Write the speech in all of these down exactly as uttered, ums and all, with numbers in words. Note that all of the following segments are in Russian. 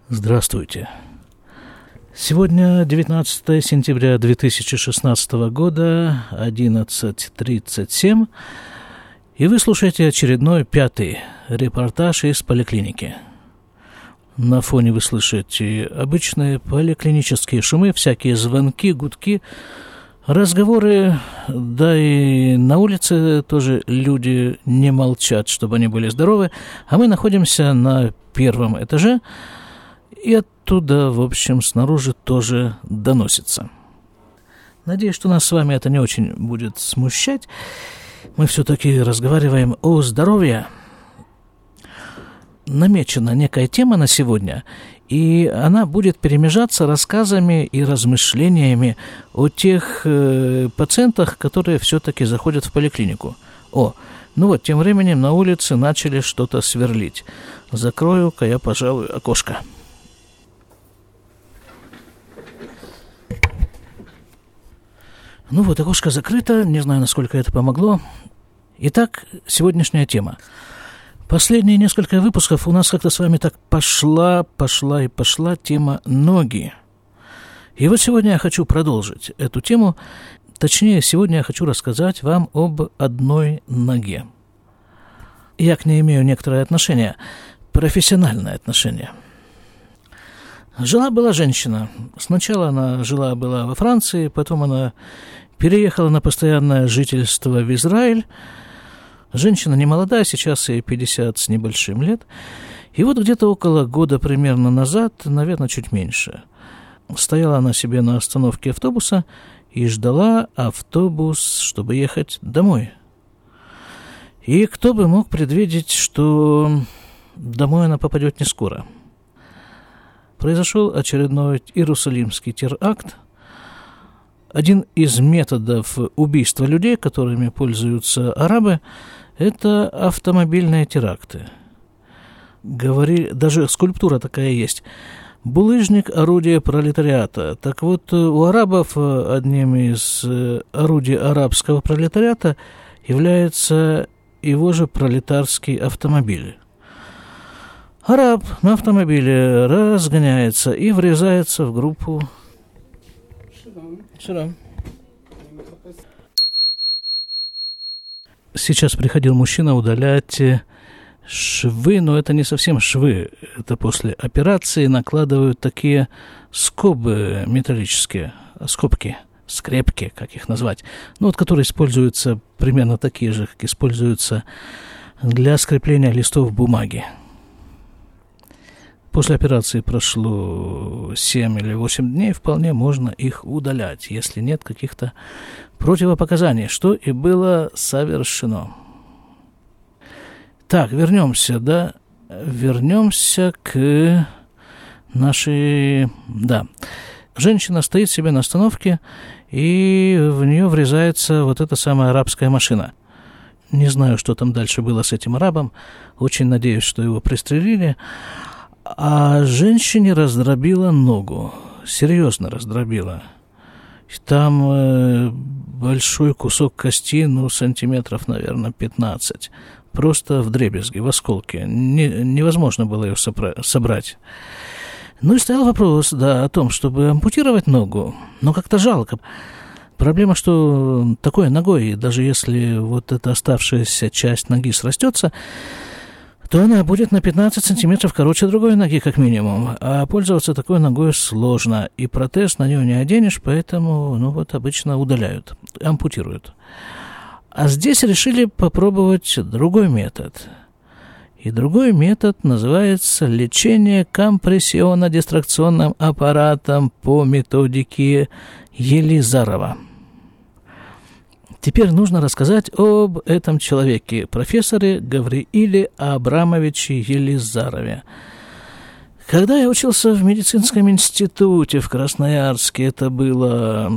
Здравствуйте. Сегодня девятнадцатое сентября две тысячи шестнадцатого года, одиннадцать тридцать семь, и вы слушаете очередной пятый репортаж из поликлиники. На фоне вы слышите обычные поликлинические шумы, всякие звонки, гудки, разговоры, да и на улице тоже люди не молчат, чтобы они были здоровы, а мы находимся на первом этаже, и оттуда, в общем, снаружи тоже доносится. Надеюсь, что нас с вами это не очень будет смущать. Мы все-таки разговариваем о здоровье. Намечена некая тема на сегодня, и она будет перемежаться рассказами и размышлениями о тех э, пациентах, которые все-таки заходят в поликлинику. О, ну вот, тем временем на улице начали что-то сверлить. Закрою-ка я, пожалуй, окошко. Ну вот, окошко закрыто, не знаю, насколько это помогло. Итак, сегодняшняя тема. Последние несколько выпусков у нас как-то с вами так пошла, пошла и пошла тема ноги. И вот сегодня я хочу продолжить эту тему. Точнее, сегодня я хочу рассказать вам об одной ноге. Я к ней имею некоторое отношение, профессиональное отношение. Жила-была женщина. Сначала она жила-была во Франции, потом она переехала на постоянное жительство в Израиль. Женщина не молодая, сейчас ей пятьдесят с небольшим лет. И вот где-то около года примерно назад, наверное, чуть меньше, стояла она себе на остановке автобуса и ждала автобус, чтобы ехать домой. И кто бы мог предвидеть, что домой она попадет не скоро. Произошел очередной Иерусалимский теракт. Один из методов убийства людей, которыми пользуются арабы, это автомобильные теракты. Говорили, даже скульптура такая есть. Булыжник – орудие пролетариата. Так вот, у арабов одним из орудий арабского пролетариата является его же пролетарский автомобиль. Араб на автомобиле разгоняется и врезается в группу. Шалом. Сейчас приходил мужчина удалять швы, но это не совсем швы. Это после операции накладывают такие скобы металлические, скобки, скрепки, как их назвать, ну вот которые используются примерно такие же, как используются для скрепления листов бумаги. После операции прошло семь или восемь дней, вполне можно их удалять, если нет каких-то противопоказаний, что и было совершено. Так, вернемся, да, вернемся к нашей, да. Женщина стоит себе на остановке, и в нее врезается вот эта самая арабская машина. Не знаю, что там дальше было с этим арабом, очень надеюсь, что его пристрелили. А женщине раздробила ногу, серьезно раздробила. Там э, большой кусок кости, ну, сантиметров, наверное, пятнадцать. Просто вдребезги, в осколки. Не, невозможно было ее собра- собрать. Ну и стоял вопрос, да, о том, чтобы ампутировать ногу. Но как-то жалко. Проблема, что такой ногой, даже если вот эта оставшаяся часть ноги срастется, то она будет на пятнадцать сантиметров короче другой ноги, как минимум. А пользоваться такой ногой сложно. И протез на нее не оденешь, поэтому, ну вот, обычно удаляют, ампутируют. А здесь решили попробовать другой метод. И другой метод называется лечение компрессионно-дистракционным аппаратом по методике Елизарова. Теперь нужно рассказать об этом человеке, профессоре Гаврииле Абрамовиче Елизарове. Когда я учился в медицинском институте в Красноярске, это было...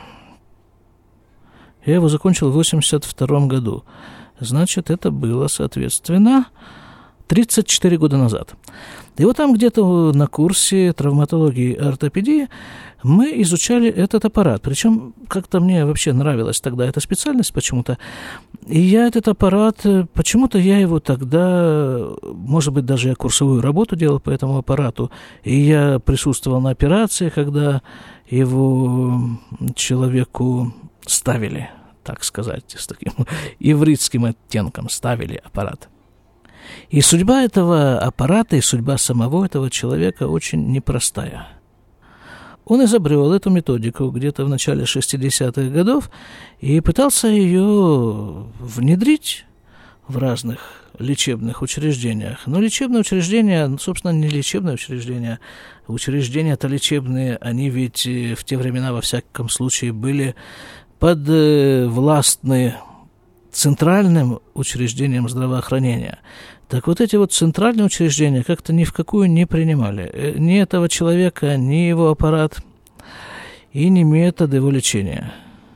Я его закончил в восемьдесят втором году. Значит, это было, соответственно, тридцать четыре года назад. И вот там где-то на курсе травматологии и ортопедии мы изучали этот аппарат. Причем как-то мне вообще нравилась тогда эта специальность почему-то. И я этот аппарат, почему-то я его тогда, может быть, даже я курсовую работу делал по этому аппарату, и я присутствовал на операции, когда его человеку ставили, так сказать, с таким ивритским оттенком, ставили аппарат. И судьба этого аппарата, и судьба самого этого человека очень непростая. Он изобрел эту методику где-то в начале шестидесятых годов и пытался ее внедрить в разных лечебных учреждениях. Но лечебные учреждения, собственно, не лечебные учреждения, учреждения-то лечебные, они ведь в те времена, во всяком случае, были подвластны центральным учреждениям здравоохранения. Так вот эти вот центральные учреждения как-то ни в какую не принимали ни этого человека, ни его аппарат, и ни методы его лечения.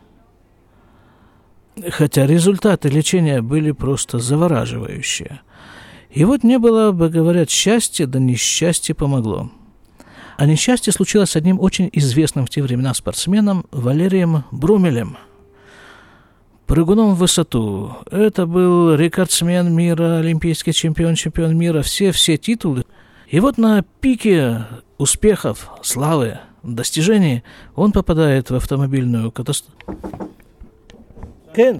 Хотя результаты лечения были просто завораживающие. И вот не было бы, говорят, счастья, да несчастье помогло. А несчастье случилось с одним очень известным в те времена спортсменом Валерием Брумелем, прыгуном в высоту. Это был рекордсмен мира, олимпийский чемпион, чемпион мира, все-все титулы. И вот на пике успехов, славы, достижений он попадает в автомобильную катастрофу. Кен!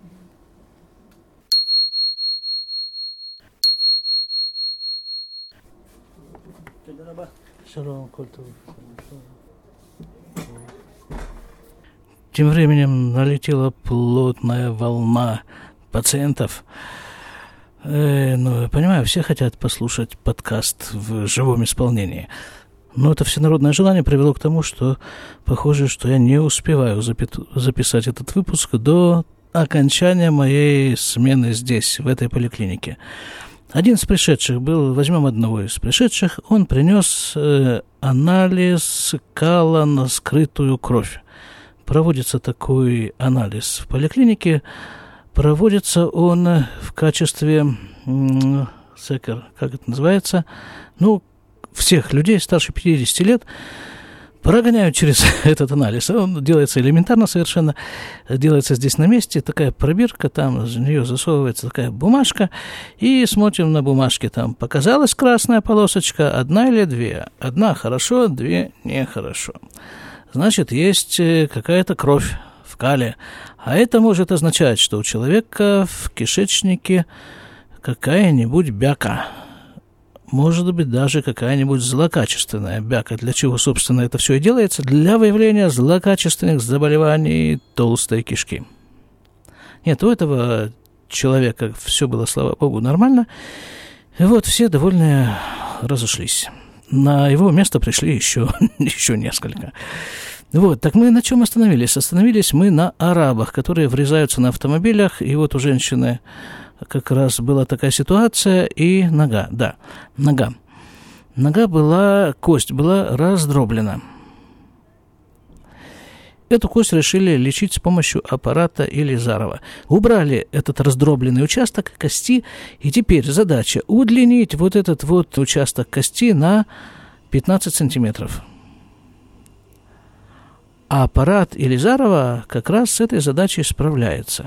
Тем временем налетела плотная волна пациентов. Э, ну, я понимаю, все хотят послушать подкаст в живом исполнении. Но это всенародное желание привело к тому, что похоже, что я не успеваю запи- записать этот выпуск до окончания моей смены здесь, в этой поликлинике. Один из пришедших был, возьмем одного из пришедших, он принес э, анализ кала на скрытую кровь. Проводится такой анализ в поликлинике. Проводится он в качестве, секер, как это называется, ну, всех людей старше пятидесяти лет прогоняют через этот анализ. Он делается элементарно совершенно, делается здесь на месте, такая пробирка, там в нее засовывается такая бумажка, и смотрим на бумажке, там показалась красная полосочка, одна или две. Одна хорошо, две нехорошо. Значит, есть какая-то кровь в кале. А это может означать, что у человека в кишечнике какая-нибудь бяка. Может быть, даже какая-нибудь злокачественная бяка. Для чего, собственно, это все и делается? Для выявления злокачественных заболеваний толстой кишки. Нет, у этого человека все было, слава богу, нормально. И вот все довольно разошлись. На его место пришли еще, еще несколько. Вот, так мы на чем остановились? Остановились мы на арабах, которые врезаются на автомобилях. И вот у женщины как раз была такая ситуация. И нога, да, нога. Нога была, кость была раздроблена. Эту кость решили лечить с помощью аппарата Елизарова. Убрали этот раздробленный участок кости, и теперь задача удлинить вот этот вот участок кости на пятнадцать сантиметров. А аппарат Елизарова как раз с этой задачей справляется.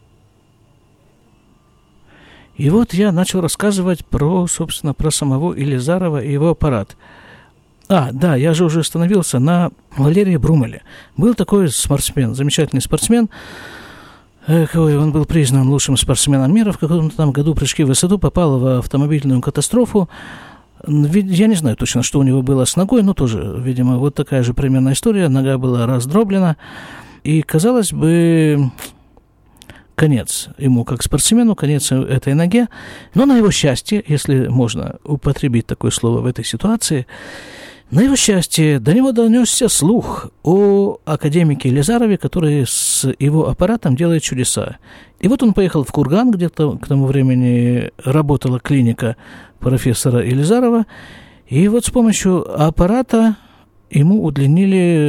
И вот я начал рассказывать про, собственно, про самого Елизарова и его аппарат. А, да, я же уже остановился на Валерии Брумеле. Был такой спортсмен, замечательный спортсмен. Эх, он был признан лучшим спортсменом мира в каком-то там году. Прыжки в высоту, попал в автомобильную катастрофу. Я не знаю точно, что у него было с ногой, но тоже, видимо, вот такая же примерная история. Нога была раздроблена. И, казалось бы, конец ему как спортсмену, конец этой ноге. Но на его счастье, если можно употребить такое слово в этой ситуации, на его счастье до него донесся слух о академике Елизарове, который с его аппаратом делает чудеса. И вот он поехал в Курган, где-то к тому времени работала клиника профессора Елизарова, и вот с помощью аппарата ему удлинили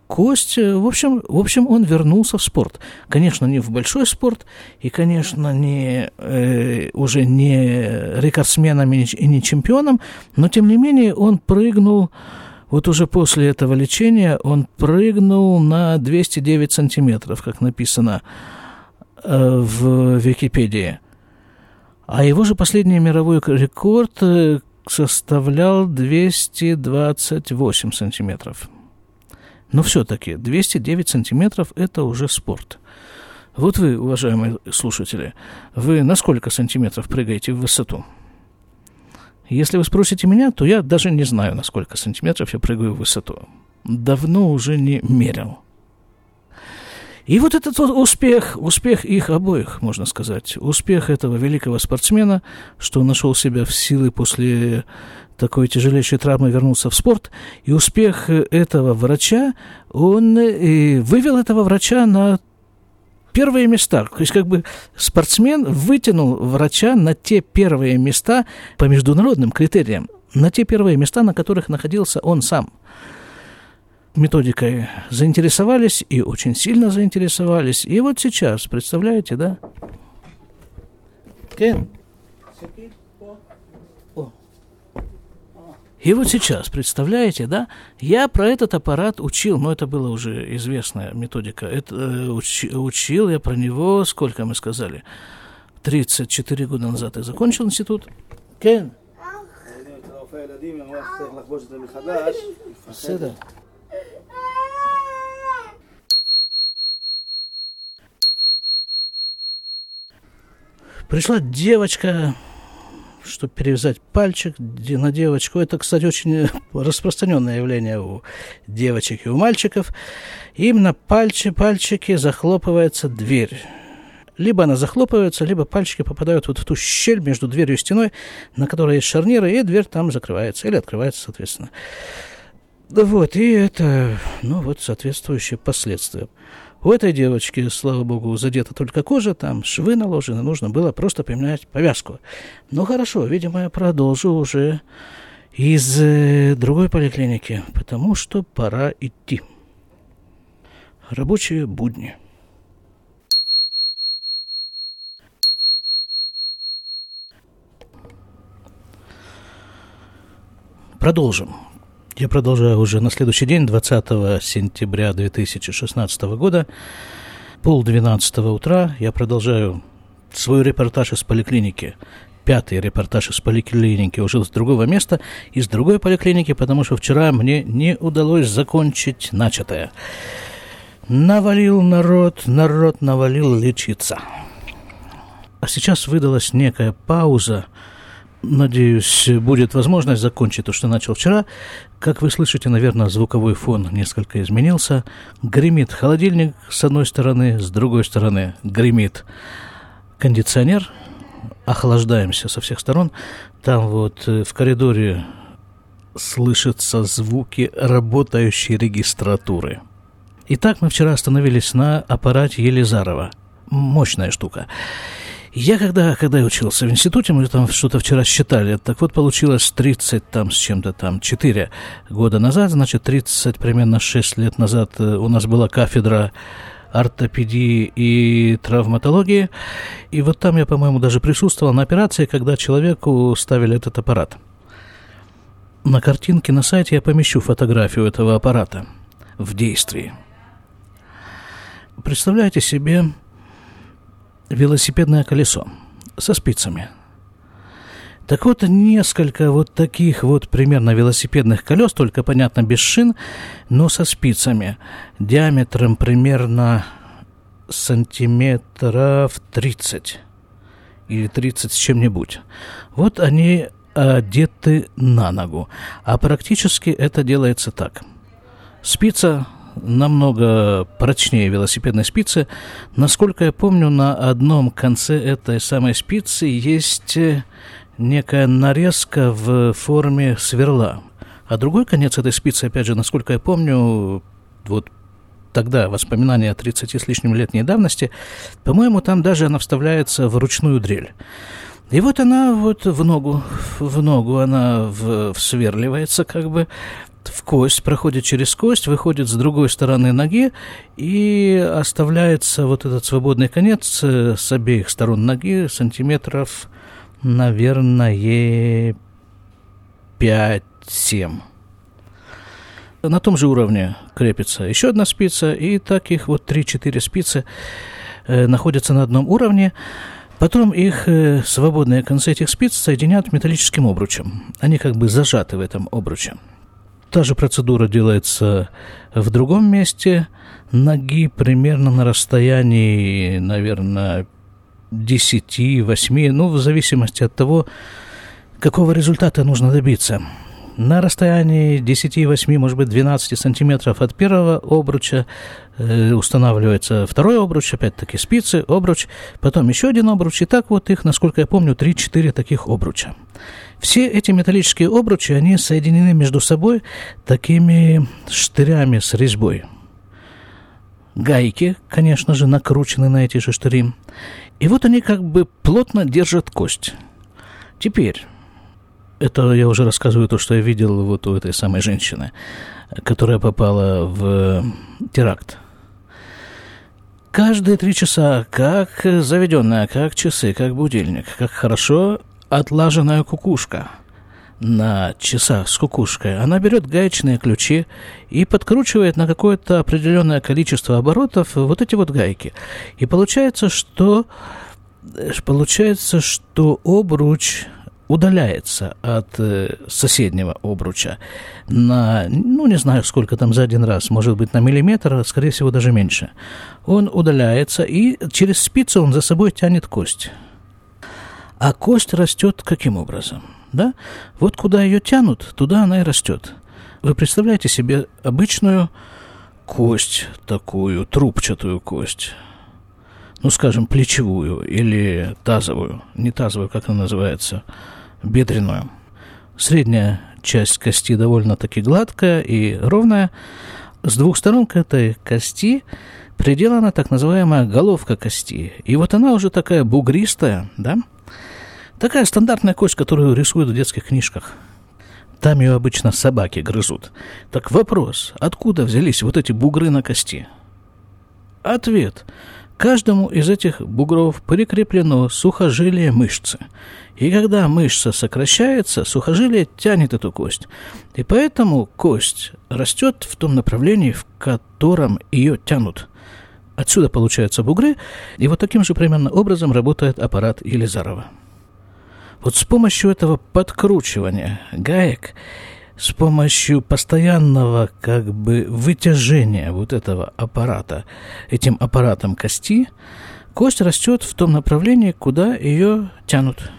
кость. В общем, в общем, он вернулся в спорт. Конечно, не в большой спорт, и, конечно, не, э, уже не рекордсменом и не чемпионом, но, тем не менее, он прыгнул, вот уже после этого лечения, он прыгнул на двести девять сантиметров, как написано э, в Википедии. А его же последний мировой рекорд составлял двести двадцать восемь сантиметров. Но все-таки двести девять сантиметров – это уже спорт. Вот вы, уважаемые слушатели, вы на сколько сантиметров прыгаете в высоту? Если вы спросите меня, то я даже не знаю, на сколько сантиметров я прыгаю в высоту. Давно уже не мерил. И вот этот вот успех, успех их обоих, можно сказать, успех этого великого спортсмена, что нашел себя в силы после такой тяжелейшей травмы, вернулся в спорт, и успех этого врача, он вывел этого врача на первые места. То есть как бы спортсмен вытянул врача на те первые места по международным критериям, на те первые места, на которых находился он сам. Методикой заинтересовались и очень сильно заинтересовались. И вот сейчас, представляете, да? И вот сейчас, представляете, да? Я про этот аппарат учил, но это была уже известная методика. Это, э, уч, учил я про него, сколько мы сказали? тридцать четыре года назад я закончил институт. Кен? Седа. Пришла девочка, чтобы перевязать пальчик на девочку. Это, кстати, очень распространенное явление у девочек и у мальчиков. Именно пальчи, пальчики захлопывается дверь. Либо она захлопывается, либо пальчики попадают вот в ту щель между дверью и стеной, на которой есть шарниры, и дверь там закрывается или открывается, соответственно. Да вот, и это, ну вот, соответствующие последствия. У этой девочки, слава богу, задета только кожа, там швы наложены, нужно было просто поменять повязку. Ну хорошо, видимо, я продолжу уже из э, другой поликлиники, потому что пора идти. Рабочие будни. Продолжим. Я продолжаю уже на следующий день, двадцатого сентября две тысячи шестнадцатого года, полдвенадцатого утра. Я продолжаю свой репортаж из поликлиники. Пятый репортаж из поликлиники уже с другого места, из другой поликлиники, потому что вчера мне не удалось закончить начатое. Навалил народ, народ навалил лечиться. А сейчас выдалась некая пауза. Надеюсь, будет возможность закончить то, что начал вчера. Как вы слышите, наверное, звуковой фон несколько изменился. Гремит холодильник с одной стороны, с другой стороны гремит кондиционер. Охлаждаемся со всех сторон. Там вот в коридоре слышатся звуки работающей регистратуры. Итак, мы вчера остановились на аппарате Елизарова. Мощная штука. Я когда, когда я учился в институте, мы там что-то вчера считали, так вот получилось тридцать там с чем-то там, четыре года назад, значит тридцать, примерно шесть лет назад у нас была кафедра ортопедии и травматологии, и вот там я, по-моему, даже присутствовал на операции, когда человеку ставили этот аппарат. На картинке на сайте я помещу фотографию этого аппарата в действии. Представляете себе велосипедное колесо со спицами. Так вот, несколько вот таких вот примерно велосипедных колес, только, понятно, без шин, но со спицами, диаметром примерно сантиметров тридцать или тридцать с чем-нибудь. Вот они одеты на ногу, а практически это делается так. Спица намного прочнее велосипедной спицы. Насколько я помню, на одном конце этой самой спицы есть некая нарезка в форме сверла. А другой конец этой спицы, опять же, насколько я помню, вот тогда воспоминания о тридцати с лишним летней давности, по-моему, там даже она вставляется в ручную дрель. И вот она вот в ногу, в ногу она в, всверливается как бы, входит в кость, проходит через кость, выходит с другой стороны ноги и оставляется вот этот свободный конец с обеих сторон ноги сантиметров, наверное, пять-семь. На том же уровне крепится еще одна спица, и таких вот три-четыре спицы э, находятся на одном уровне. Потом их э, свободные концы этих спиц соединяют металлическим обручем. Они как бы зажаты в этом обруче. Та же процедура делается в другом месте ноги, примерно на расстоянии, наверное, десять-восемь, ну, в зависимости от того, какого результата нужно добиться. На расстоянии десять-восемь, может быть, двенадцать сантиметров от первого обруча э, устанавливается второй обруч, опять-таки спицы, обруч, потом еще один обруч, и так вот их, насколько я помню, три-четыре таких обруча. Все эти металлические обручи, они соединены между собой такими штырями с резьбой. Гайки, конечно же, накручены на эти же штыри. И вот они как бы плотно держат кость. Теперь... Это я уже рассказываю то, что я видел вот у этой самой женщины, которая попала в теракт. Каждые три часа, как заведенная, как часы, как будильник, как хорошо отлаженная кукушка на часах с кукушкой, она берет гаечные ключи и подкручивает на какое-то определенное количество оборотов вот эти вот гайки. И получается, что, получается, что обруч... удаляется от э, соседнего обруча на, ну, не знаю, сколько там за один раз, может быть, на миллиметр, а скорее всего, даже меньше. Он удаляется, и через спицу он за собой тянет кость. А кость растет каким образом? Да? Вот куда ее тянут, туда она и растет. Вы представляете себе обычную кость, такую трубчатую кость, ну, скажем, плечевую или тазовую, не тазовую, как она называется, бедренную. Средняя часть кости довольно-таки гладкая и ровная. С двух сторон к этой кости приделана так называемая головка кости. И вот она уже такая бугристая, да? Такая стандартная кость, которую рисуют в детских книжках. Там ее обычно собаки грызут. Так вопрос, откуда взялись вот эти бугры на кости? Ответ. Каждому из этих бугров прикреплено сухожилие мышцы. И когда мышца сокращается, сухожилие тянет эту кость. И поэтому кость растет в том направлении, в котором ее тянут. Отсюда получаются бугры, и вот таким же примерно образом работает аппарат Елизарова. Вот с помощью этого подкручивания гаек, с помощью постоянного как бы вытяжения вот этого аппарата, этим аппаратом кости, кость растет в том направлении, куда ее тянут.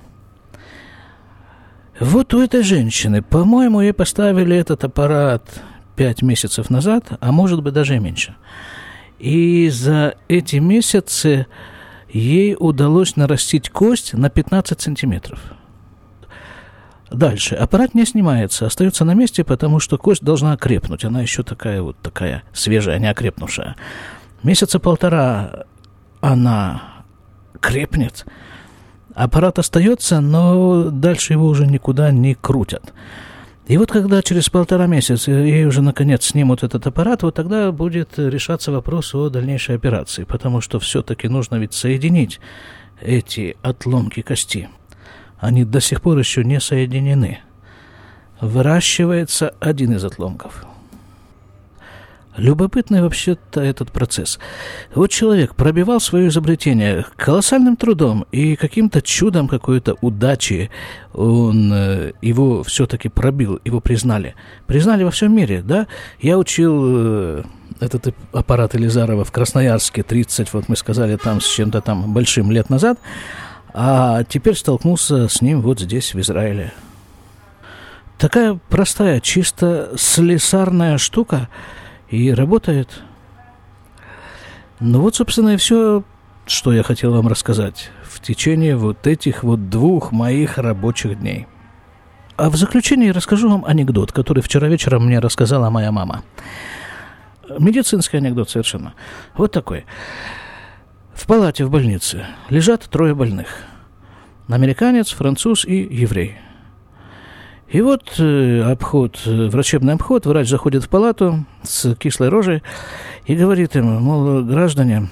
Вот у этой женщины, по-моему, ей поставили этот аппарат пять месяцев назад, а может быть даже и меньше. И за эти месяцы ей удалось нарастить кость на пятнадцать сантиметров. Дальше. Аппарат не снимается, остается на месте, потому что кость должна окрепнуть. Она еще такая вот такая свежая, не окрепнувшая. Месяца полтора она крепнет. Аппарат остается, но дальше его уже никуда не крутят. И вот когда через полтора месяца ей уже наконец снимут этот аппарат, вот тогда будет решаться вопрос о дальнейшей операции, потому что все-таки нужно ведь соединить эти отломки кости. Они до сих пор еще не соединены. Выращивается один из отломков. Любопытный вообще-то этот процесс. Вот человек пробивал свое изобретение колоссальным трудом, и каким-то чудом какой-то удачи он э, его все-таки пробил, его признали. Признали во всем мире, да? Я учил э, этот аппарат Елизарова в Красноярске тридцать, вот мы сказали, там с чем-то там большим лет назад, а теперь столкнулся с ним вот здесь, в Израиле. Такая простая, чисто слесарная штука, и работает. Ну вот, собственно, и все, что я хотел вам рассказать в течение вот этих вот двух моих рабочих дней. А в заключение расскажу вам анекдот, который вчера вечером мне рассказала моя мама. Медицинский анекдот совершенно. Вот такой. В палате в больнице лежат трое больных. Американец, француз и еврей. И вот э, обход, врачебный обход, врач заходит в палату с кислой рожей и говорит им, мол, граждане,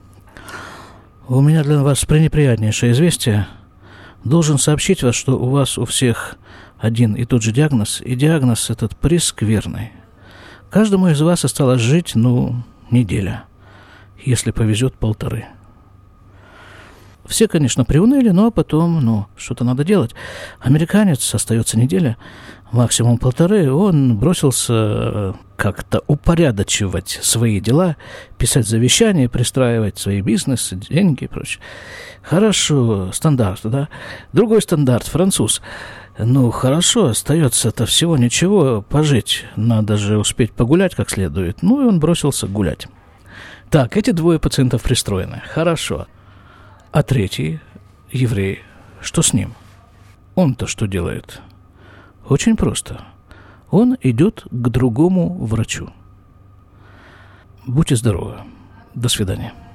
у меня для вас пренеприятнейшее известие. Должен сообщить вас, что у вас у всех один и тот же диагноз, и диагноз этот прескверный. Каждому из вас осталось жить, ну, неделя, если повезет, полторы. Все, конечно, приуныли, но потом, ну, что-то надо делать. Американец, остается неделя, максимум полторы, он бросился как-то упорядочивать свои дела, писать завещания, пристраивать свои бизнесы, деньги и прочее. Хорошо, стандарт, да? Другой стандарт, француз. Ну, хорошо, остается-то всего ничего, пожить. Надо же успеть погулять как следует. Ну, и он бросился гулять. Так, эти двое пациентов пристроены. Хорошо. А третий, еврей, что с ним? Он-то что делает? Очень просто. Он идет к другому врачу. Будьте здоровы. До свидания.